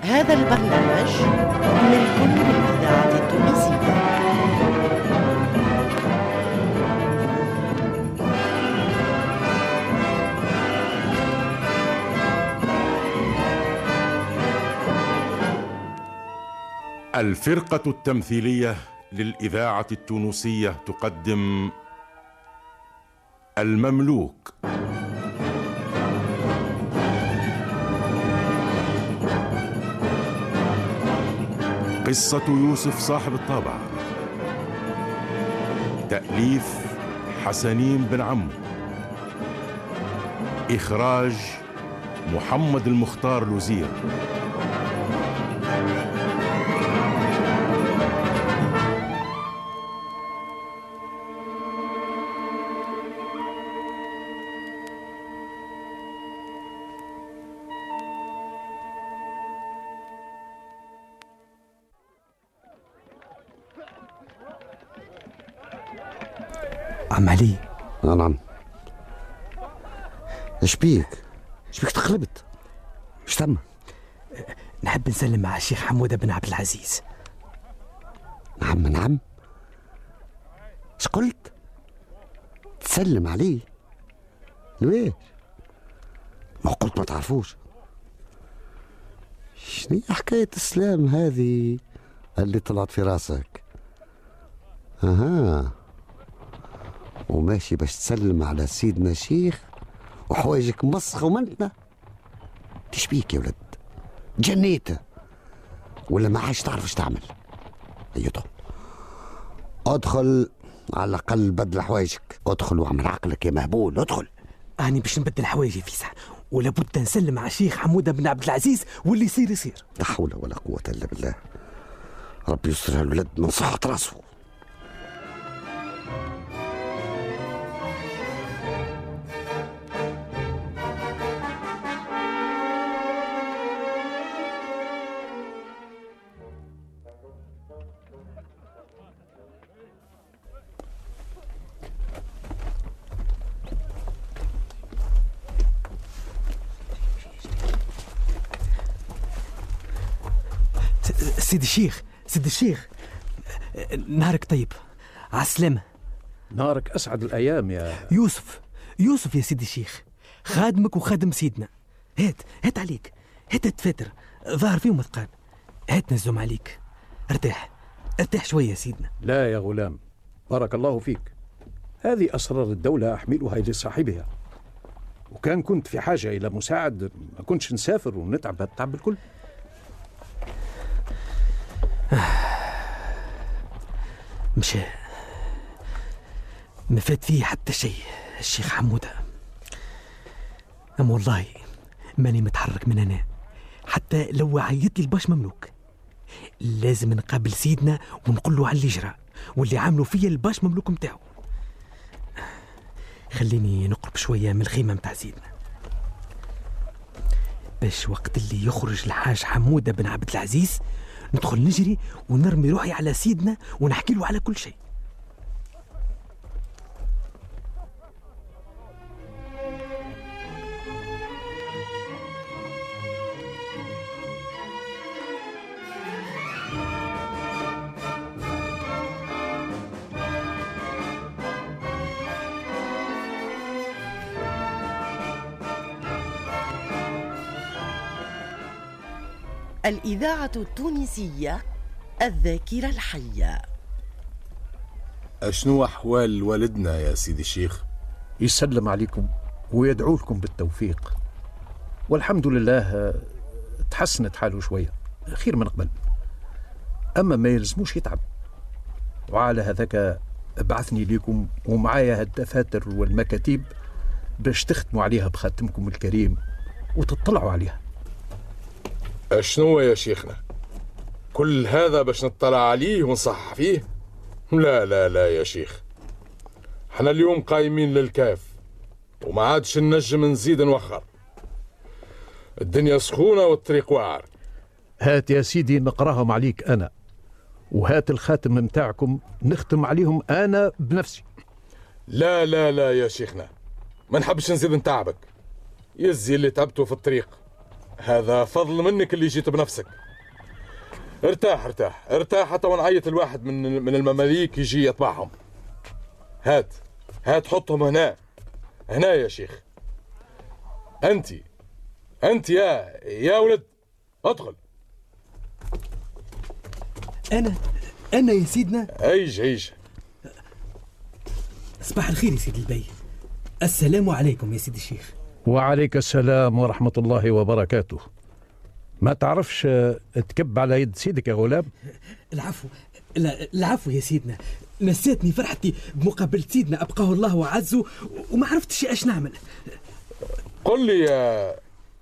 هذا البرنامج ملك للإذاعة التونسية. الفرقة التمثيلية للإذاعة التونسية تقدم المملوك. قصة يوسف صاحب الطابعة، تأليف حسنين بن عمو، إخراج محمد المختار لوزير. عم علي. نعم. ايش بيك تقلبت؟ ايش تم؟ نحب نسلم مع الشيخ حمودة بن عبد العزيز. نعم. ايش قلت؟ تسلم عليه؟ ليش؟ ما قلت ما تعرفوش. شنو حكاية السلام هذه اللي طلعت في راسك؟ اها، وماشي باش تسلم على سيدنا شيخ وحوايجك مسخة ومنتنا. تشبيك يا ولد؟ جنيت ولا ما عادش تعرف ايش تعمل؟ ادخل على الاقل بدل حوايجك. ادخل واعمل عقلك يا مهبول. ادخل. أنا باش نبدل حوايجي في ساعة، ولا بد نسلم على الشيخ حمودة بن عبد العزيز، واللي يصير. لا حول ولا قوة الا بالله. ربي يسترها الولد من صحة راسه. سيد الشيخ، نهارك طيب. عالسلامة. نهارك أسعد الأيام يا يوسف يا سيد الشيخ، خادمك وخادم سيدنا. هات عليك، هات الدفاتر، ظهر فيهم مثقال. هات نزم عليك. ارتاح شوية يا سيدنا. لا يا غلام، بارك الله فيك. هذه أسرار الدولة أحملها لصاحبها، وكان كنت في حاجة إلى مساعد ما كنتش نسافر ونتعب هالتعب الكل. مش ما فات فيه حتى شيء الشيخ حمودة. أما والله ماني متحرك من هنا حتى لو عيط لي الباش مملوك. لازم نقابل سيدنا ونقول له على اللي جرى واللي عاملوا فيا الباش مملوك متاعه. خليني نقرب شوية من الخيمة متاع سيدنا، باش وقت اللي يخرج الحاج حمودة بن عبد العزيز ندخل نجري ونرمي روحي على سيدنا ونحكي له على كل شيء. الإذاعة التونسية، الذاكرة الحية. أشنو أحوال والدنا يا سيدي الشيخ؟ يسلم عليكم ويدعو لكم بالتوفيق، والحمد لله تحسنت حاله شوية، خير من قبل. أما ما يلزموش يتعب، وعلى هذاك بعثني لكم ومعايا الدفاتر والمكاتيب باش تختموا عليها بخاتمكم الكريم وتطلعوا عليها. أشنو يا شيخنا؟ كل هذا باش نطلع عليه ونصحح فيه؟ لا يا شيخ، احنا اليوم قايمين للكاف وما عادش ننجم نزيد نوخر. الدنيا سخونة والطريق واعر. هات يا سيدي نقراهم عليك أنا، وهات الخاتم متاعكم نختم عليهم أنا بنفسي. لا يا شيخنا، ما نحبش نزيد نتعبك. يزي اللي تعبته في الطريق، هذا فضل منك اللي جيت بنفسك. ارتاح ارتاح ارتاح حتى ونعيط الواحد من المماليك يجي يطبعهم. هات حطهم هنا يا شيخ. انت يا ولد ادخل. انا يا سيدنا. ايج. صباح الخير يا سيدي البي. السلام عليكم يا سيدي الشيخ. وعليك السلام ورحمة الله وبركاته. ما تعرفش تكب على يد سيدك يا غلام؟ العفو يا سيدنا، نسيتني فرحتي بمقابلة سيدنا أبقاه الله وعزه وما عرفتش ايش نعمل. قل لي يا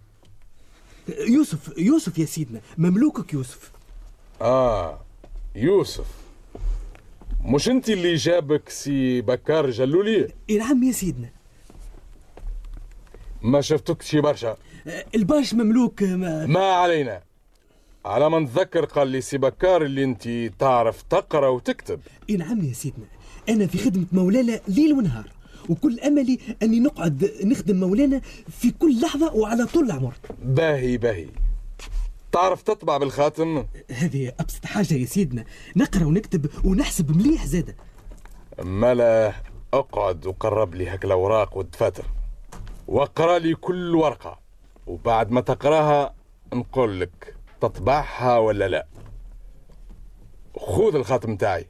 يوسف يا سيدنا، مملوكك يوسف. يوسف، مش انت اللي جابك سي بكار جلولي؟ نعم يا سيدنا. ما شفتكش برشا. الباش مملوك ما علينا. على ما نتذكر قال لي سي بكار اللي انت تعرف تقرا وتكتب. نعم يا سيدنا، انا في خدمة مولانا ليل ونهار، وكل املي اني نقعد نخدم مولانا في كل لحظة وعلى طول العمر. باهي. تعرف تطبع بالخاتم؟ هذه ابسط حاجة يا سيدنا، نقرا ونكتب ونحسب مليح زاده. ملا اقعد وقرب لي هك الاوراق والدفاتر واقرا لي كل ورقة، وبعد ما تقراها نقول لك تطبعها ولا لا. خذ الخاتم تاعي.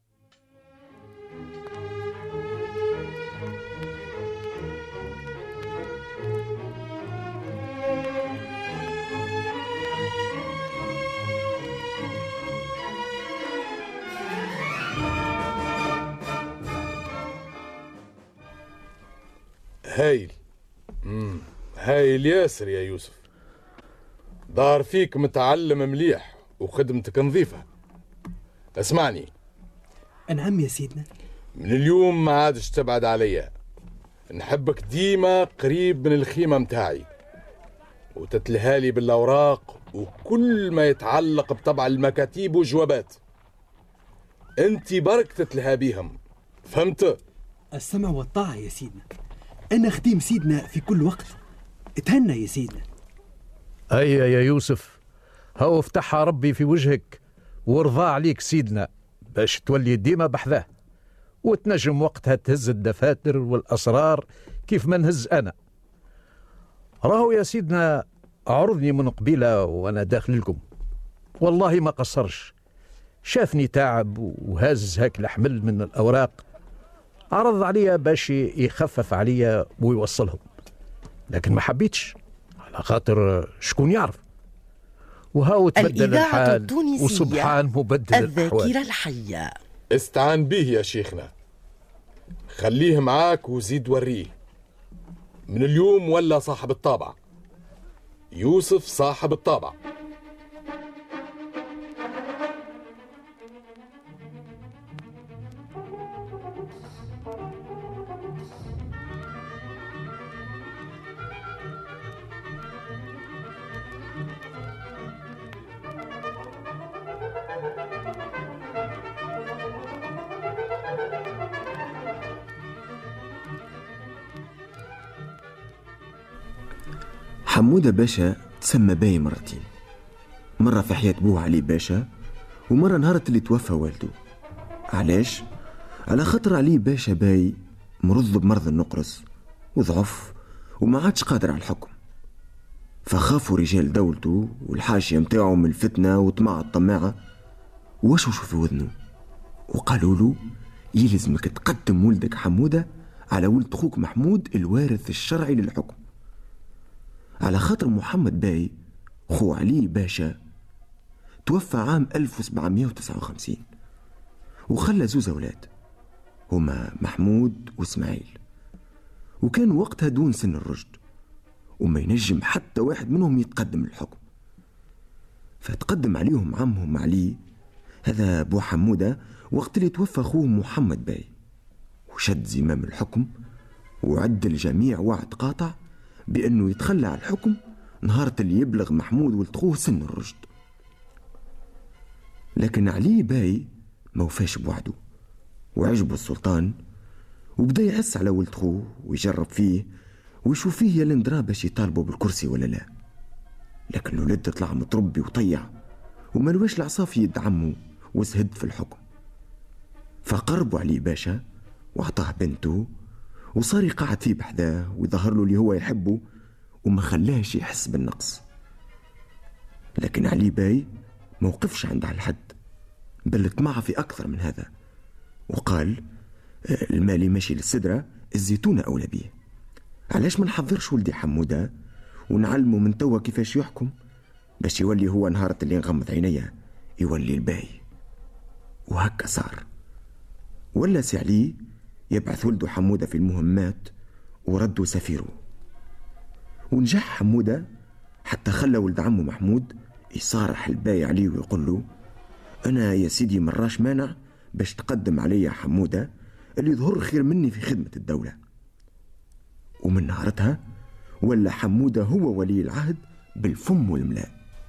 هايل ياسر يا يوسف. دار فيك متعلم مليح وخدمتك نظيفة. اسمعني. نعم يا سيدنا. من اليوم ما عادش تبعد عليا، نحبك ديما قريب من الخيمة متاعي وتتلهالي بالأوراق وكل ما يتعلق بطبع المكاتيب والجوابات. انت برك تتلهى بيهم، فهمت؟ السمع والطاعة يا سيدنا، أنا خديم سيدنا في كل وقت. اتهنى يا سيدنا. هيا يا يوسف، هو افتحها ربي في وجهك ورضى عليك سيدنا باش تولي ديما بحذاه، وتنجم وقتها تهز الدفاتر والأسرار كيف ما نهز أنا. راهو يا سيدنا عرضني من قبيلة وأنا داخل لكم، والله ما قصرش، شافني تعب وهاز هاك الحمل من الأوراق، عرض عليا باش يخفف عليا ويوصلهم، لكن ما حبيتش على خاطر شكون يعرف. وهاو تبدل الحال وسبحان مبدل الأحوال. الذاكرة الحية. استعان به يا شيخنا، خليه معاك وزيد وريه. من اليوم ولا صاحب الطابعة، يوسف صاحب الطابعة. حمودة باشا تسمى باي مرتين، مرة في حياة بوه علي باشا، ومرة نهارة اللي توفى والده. علاش؟ على خاطر علي باشا باي مرض بمرض النقرس وضعف وما عادش قادر على الحكم، فخافوا رجال دولته والحاشية متاعه من الفتنة وطمع الطماعة، وشوشوا في وذنه وقالوا له يلزمك تقدم ولدك حمودة على ولد أخوك محمود الوارث الشرعي للحكم، على خاطر محمد باي خو علي باشا توفى عام 1759 وخلى زوز أولاد هما محمود واسماعيل، وكان وقتها دون سن الرشد وما ينجم حتى واحد منهم يتقدم للحكم، فتقدم عليهم عمهم علي هذا بو حمودة وقت اللي توفى أخوه محمد باي، وشد زمام الحكم وعد الجميع وعد قاطع بأنه يتخلى على الحكم نهارة اللي يبلغ محمود ولد أخوه سن الرشد. لكن علي باي ما وفاش بوعده وعجبه السلطان، وبدا يحس على ولد أخوه ويجرب فيه ويشوف فيه يا لندرا باش يطالبه بالكرسي ولا لا. لكن الولد طلع متربي وطيع وما لواش العصا في يد عمه وسهد في الحكم. فقربوا علي باشا واعطاه بنته وصار يقعد فيه بحذاه ويظهر له اللي هو يحبه وما خلاهش يحس بالنقص. لكن علي باي ما وقفش عند هالحد، بل طمع في أكثر من هذا وقال المالي ماشي للسدرة، الزيتونة أولى بيه. علاش ما نحضرش ولدي حمودة ونعلمه من توا كيفاش يحكم باش يولي هو نهارة اللي نغمض عينيه يولي الباي. وهكا صار. ولا سي علي يبعث ولده حمودة في المهمات وردوا سفيره. ونجح حمودة حتى خلى ولد عمه محمود يصارح الباي عليه ويقول له أنا يا سيدي مراش مانع باش تقدم علي حمودة اللي يظهر خير مني في خدمة الدولة. ومن نهارتها ولا حمودة هو ولي العهد بالفم والملاء.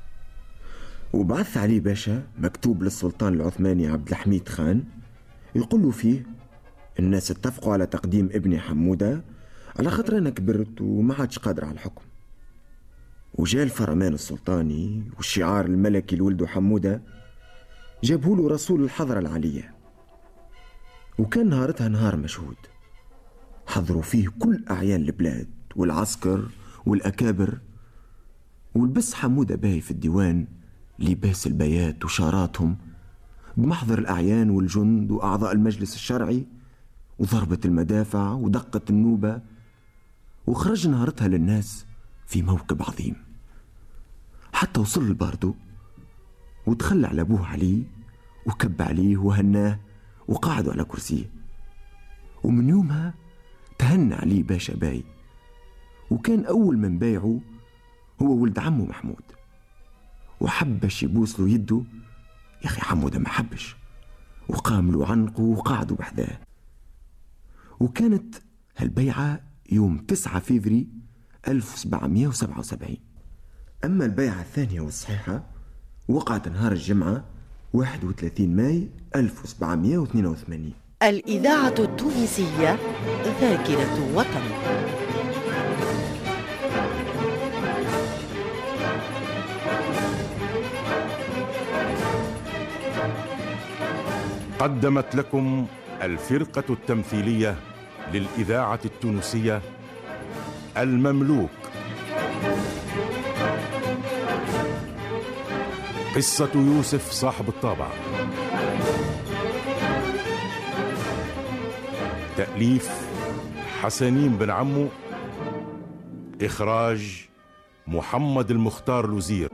وبعث علي باشا مكتوب للسلطان العثماني عبد الحميد خان يقول له فيه الناس اتفقوا على تقديم ابني حمودة على خاطر أنا كبرت وما عادش قادر على الحكم. وجاء الفرمان السلطاني والشعار الملكي لولده حمودة جابوا له رسول الحضرة العالية. وكان نهارتها نهار مشهود حضروا فيه كل أعيان البلاد والعسكر والأكابر. ولبس حمودة باي في الديوان لباس البيات وشاراتهم بمحضر الأعيان والجند وأعضاء المجلس الشرعي وضربة المدافع ودقة النوبة. وخرج نهارتها للناس في موكب عظيم حتى وصل الباردو ودخل على أبوه علي وكب عليه وهناه وقعدوا على كرسيه. ومن يومها تهنى علي باشا باي، وكان أول من بايعه هو ولد عمه محمود. وحبش يبوس له يده، يا أخي حمودة ما حبش، وقام له عنقه وقعدوا بحذاه. وكانت هالبيعة يوم 9 فيفري 1777. أما البيعة الثانية والصحيحة وقعت نهار الجمعة 31 ماي 1782. الإذاعة التونسية ذاكرة وطن. قدمت لكم الفرقة التمثيلية للإذاعة التونسية المملوك، قصة يوسف صاحب الطابع، تأليف حسنين بن عمو، إخراج محمد المختار لوزير.